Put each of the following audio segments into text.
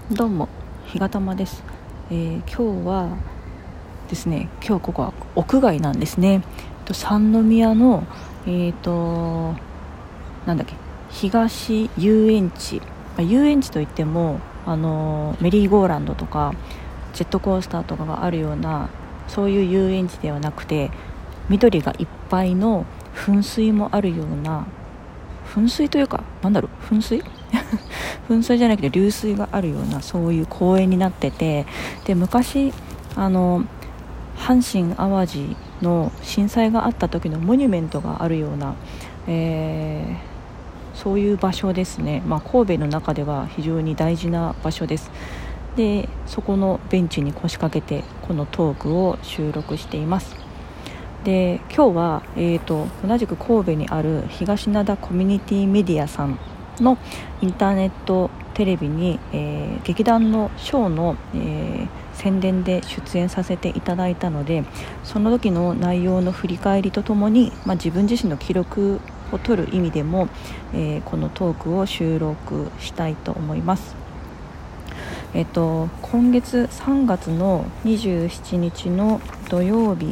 どうも、ひがたまです。今日はですね、今日ここは屋外なんですね。三宮のなんだっけ、東遊園地、遊園地といってもメリーゴーランドとかジェットコースターとかがあるようなそういう遊園地ではなくて、緑がいっぱいの噴水もあるような、噴水というか噴水噴水じゃなくて流水があるような、そういう公園になってて、で昔阪神淡路の震災があった時のモニュメントがあるような、そういう場所ですね。神戸の中では非常に大事な場所です。でそこのベンチに腰掛けてこのトークを収録しています。で今日は、同じく神戸にある東灘コミュニティメディアさんのインターネットテレビに、劇団のショーの、宣伝で出演させていただいたので、その時の内容の振り返りとともに、自分自身の記録を取る意味でも、このトークを収録したいと思います。今月3月の27日の土曜日、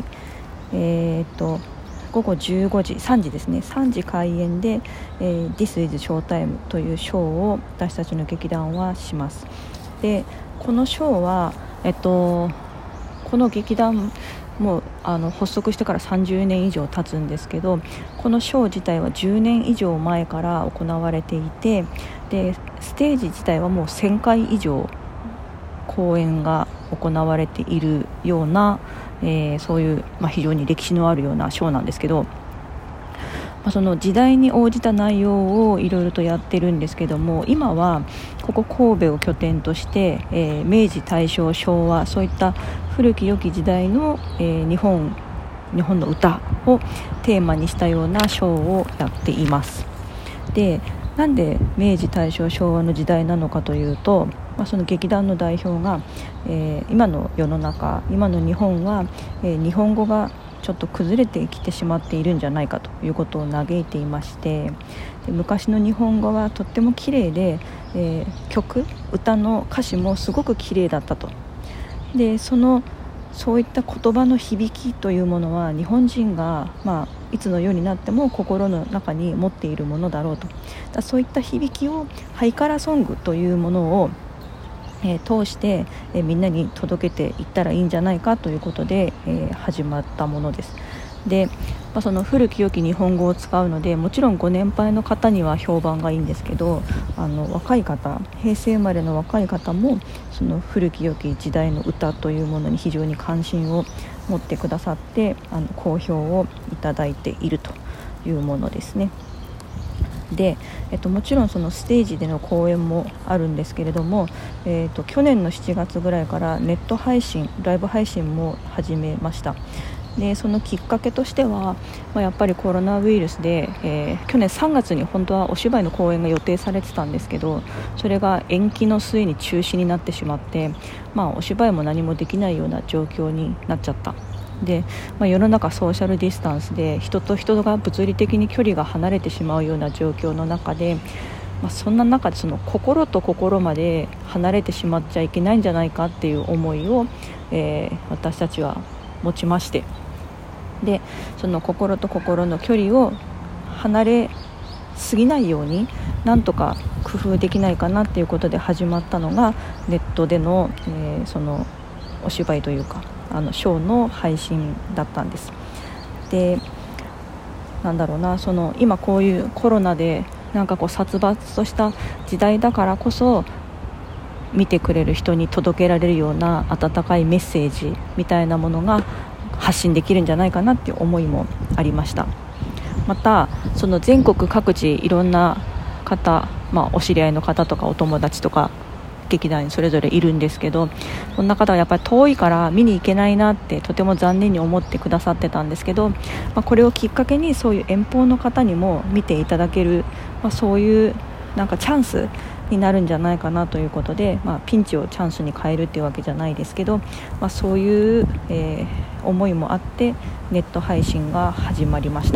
午後15時3時ですね、3時開演で、This is Showtime というショーを私たちの劇団はします。でこのショーは、この劇団も発足してから30年以上経つんですけど、このショー自体は10年以上前から行われていて、でステージ自体はもう1000回以上公演が行われているような、そういう、非常に歴史のあるようなショーなんですけど、その時代に応じた内容をいろいろとやってるんですけども、今はここ神戸を拠点として、明治大正昭和、そういった古き良き時代の、日本の歌をテーマにしたようなショーをやっています。でなんで明治大正昭和の時代なのかというと、その劇団の代表が、今の世の中、今の日本は、日本語がちょっと崩れてきてしまっているんじゃないかということを嘆いていまして、で昔の日本語はとっても綺麗で、歌の歌詞もすごく綺麗だったと。でそういった言葉の響きというものは日本人が、いつの世になっても心の中に持っているものだろうと。そういった響きをハイカラソングというものを、通して、みんなに届けていったらいいんじゃないかということで、始まったものです。で、その古き良き日本語を使うので、もちろんご年配の方には評判がいいんですけど、若い方、平成生まれの若い方もその古き良き時代の歌というものに非常に関心を持ってくださって、好評をいただいているというものですね。でもちろんそのステージでの公演もあるんですけれども、去年の7月ぐらいからネット配信、ライブ配信も始めました。でそのきっかけとしては、やっぱりコロナウイルスで、去年3月に本当はお芝居の公演が予定されてたんですけど、それが延期の末に中止になってしまって、お芝居も何もできないような状況になっちゃった。で世の中ソーシャルディスタンスで人と人が物理的に距離が離れてしまうような状況の中で、そんな中でその心と心まで離れてしまっちゃいけないんじゃないかっていう思いを、私たちは持ちまして、でその心と心の距離を離れすぎないようになんとか工夫できないかなっていうことで始まったのがネットでの、そのお芝居というかショーの配信だったんです。でその今こういうコロナで殺伐とした時代だからこそ見てくれる人に届けられるような温かいメッセージみたいなものが発信できるんじゃないかなっていう思いもありました。またその全国各地いろんな方、お知り合いの方とかお友達とか劇団にそれぞれいるんですけど、こんな方はやっぱり遠いから見に行けないなってとても残念に思ってくださってたんですけど、これをきっかけにそういう遠方の方にも見ていただける、そういうチャンスになるんじゃないかなということで、ピンチをチャンスに変えるっていうわけじゃないですけど、そういう、思いもあってネット配信が始まりました。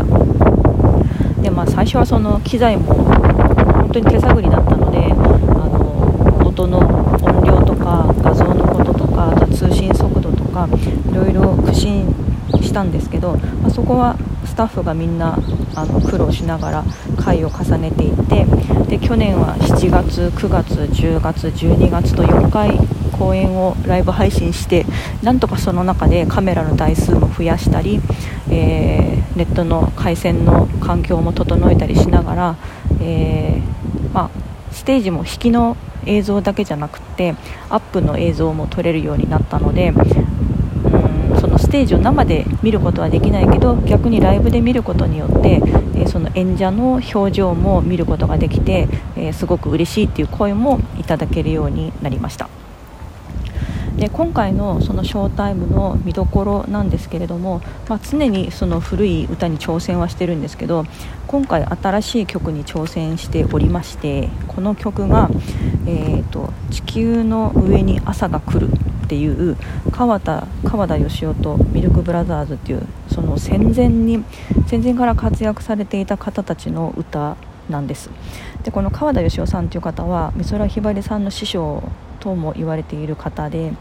で最初はその機材も本当に手探りだったので、ノート音の音量とか画像のこととか、あと通信速度とかいろいろ苦心したんですけど、そこはスタッフがみんな苦労しながら回を重ねていって、で去年は7月9月10月12月と4回公演をライブ配信して、なんとかその中でカメラの台数も増やしたり、ネットの回線の環境も整えたりしながら、ステージも引きの映像だけじゃなくてアップの映像も撮れるようになったので、そのステージを生で見ることはできないけど、逆にライブで見ることによって、その演者の表情も見ることができて、すごく嬉しいっていう声もいただけるようになりました。で今回のそのショータイムの見どころなんですけれども、常にその古い歌に挑戦はしてるんですけど、今回新しい曲に挑戦しておりまして、この曲が、地球の上に朝が来るっていう川田芳雄とミルクブラザーズっていう、その戦前から活躍されていた方たちの歌なんです。でこの川田芳雄さんという方は美空ひばりさんの師匠とも言われている方で、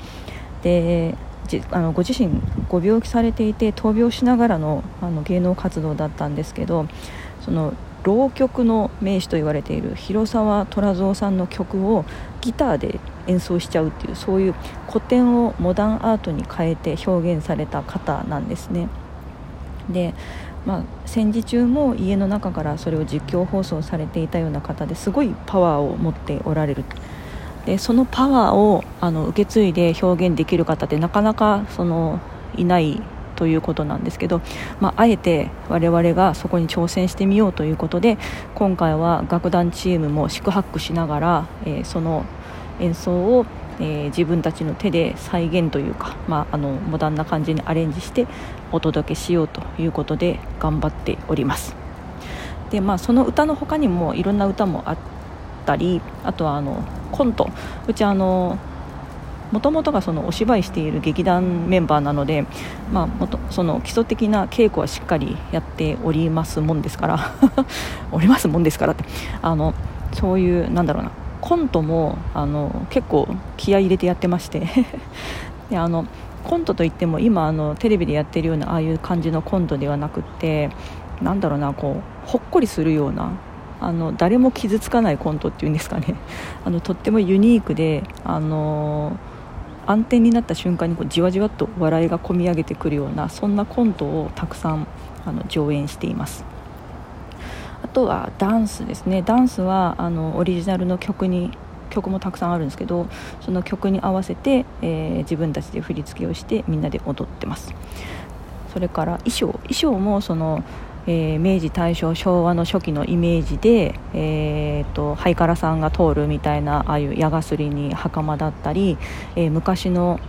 ご自身ご病気されていて闘病しながらの芸能活動だったんですけど、その浪曲の名手と言われている広沢虎造さんの曲をギターで演奏しちゃうっていう、そういう古典をモダンアートに変えて表現された方なんですね。で戦時中も家の中からそれを実況放送されていたような方で、すごいパワーを持っておられる。でそのパワーを受け継いで表現できる方ってなかなかいないということなんですけど、あえて我々がそこに挑戦してみようということで、今回は楽団チームも四苦八苦しながら、その演奏を、自分たちの手で再現というか、モダンな感じにアレンジしてお届けしようということで頑張っております。でその歌の他にもいろんな歌もあったり、あとはコント、うちもともとがそのお芝居している劇団メンバーなので、その基礎的な稽古はしっかりやっておりますもんですからってそういうコントも結構気合い入れてやってましてでコントといっても今テレビでやってるようなああいう感じのコントではなくて、ほっこりするような誰も傷つかないコントっていうんですかねとってもユニークで暗転になった瞬間にじわじわっと笑いがこみ上げてくるような、そんなコントをたくさん上演しています。あとはダンスですね。ダンスはオリジナルの曲もたくさんあるんですけど、その曲に合わせて、自分たちで振り付けをしてみんなで踊ってます。それから衣装も明治大正昭和の初期のイメージで、ハイカラさんが通るみたいなああいう矢がすりに袴だったり、昔の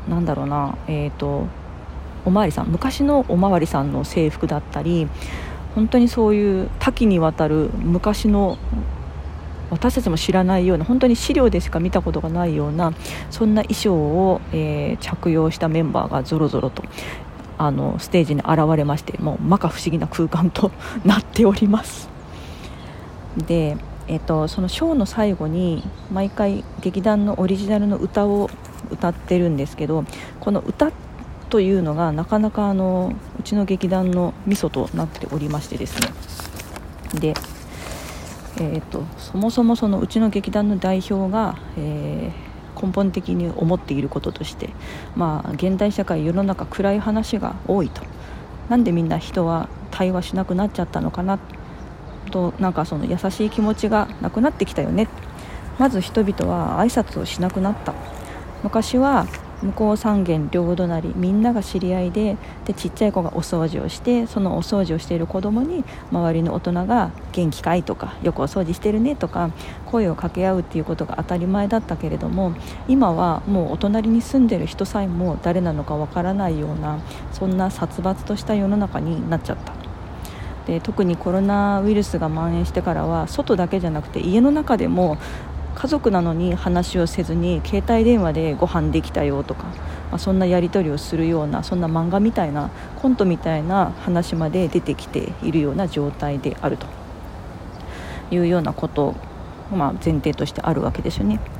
おまわりさん昔のおまわりさんの制服だったり、本当にそういう多岐にわたる昔の私たちも知らないような、本当に資料でしか見たことがないようなそんな衣装を、着用したメンバーがぞろぞろとステージに現れまして、もう摩訶不思議な空間となっております。で、そのショーの最後に毎回劇団のオリジナルの歌を歌ってるんですけど、この歌というのがなかなかうちの劇団のミソとなっておりましてですね。で、そもそもそのうちの劇団の代表が、根本的に思っていることとして、現代社会世の中暗い話が多いと、なんでみんな人は対話しなくなっちゃったのかなと、その優しい気持ちがなくなってきたよね。まず人々は挨拶をしなくなった。昔は向こう三軒両隣みんなが知り合いで、ちっちゃい子がお掃除をして、そのお掃除をしている子供に周りの大人が元気かいとか、よくお掃除してるねとか声を掛け合うっていうことが当たり前だったけれども、今はもうお隣に住んでる人さえも誰なのかわからないような、そんな殺伐とした世の中になっちゃった。で、特にコロナウイルスが蔓延してからは、外だけじゃなくて家の中でも家族なのに話をせずに携帯電話でご飯できたよとか、そんなやり取りをするような、そんな漫画みたいなコントみたいな話まで出てきているような状態であるというようなことを、前提としてあるわけですよね。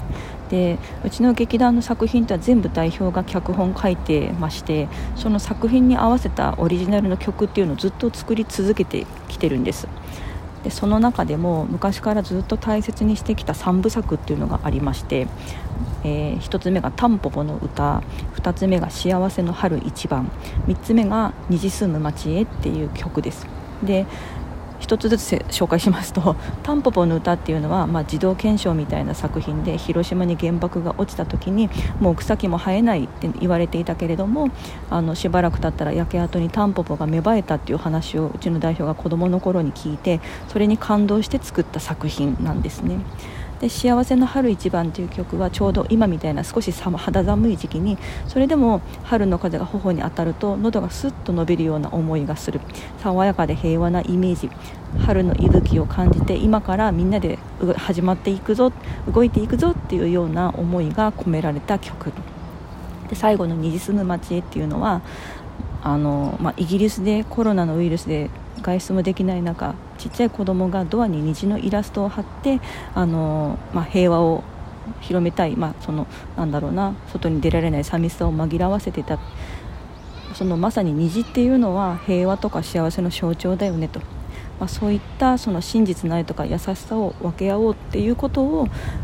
でうちの劇団の作品とは全部代表が脚本書いてまして、その作品に合わせたオリジナルの曲っていうのをずっと作り続けてきてるんです。でその中でも昔からずっと大切にしてきた3部作っていうのがありまして、1つ目がタンポポの歌、2つ目が幸せの春一番、3つ目が虹住む街へっていう曲です。で一つずつ紹介しますと、タンポポの歌っていうのは、児童憲章みたいな作品で、広島に原爆が落ちた時にもう草木も生えないって言われていたけれども、しばらく経ったら焼け跡にタンポポが芽生えたっていう話をうちの代表が子どもの頃に聞いて、それに感動して作った作品なんですね。で幸せの春一番という曲はちょうど今みたいな少し肌寒い時期に、それでも春の風が頬に当たると喉がスッと伸びるような思いがする、爽やかで平和なイメージ、春の息吹を感じて今からみんなで始まっていくぞ、動いていくぞっていうような思いが込められた曲で、最後の虹住む街へっていうのはイギリスでコロナのウイルスで外出もできない中、ちっちゃい子供がドアに虹のイラストを貼って平和を広めたい、外に出られない寂しさを紛らわせてた、そのまさに虹っていうのは平和とか幸せの象徴だよねと、そういったその真実の愛とか優しさを分け合おうっていうことを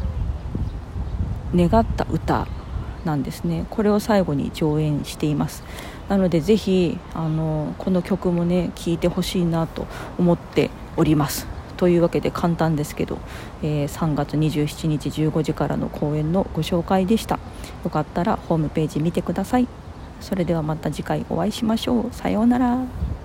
願った歌なんですね。これを最後に上演しています。なのでぜひこの曲もね聴いてほしいなと思っております。というわけで簡単ですけど、3月27日15時からの公演のご紹介でした。よかったらホームページ見てください。それではまた次回お会いしましょう。さようなら。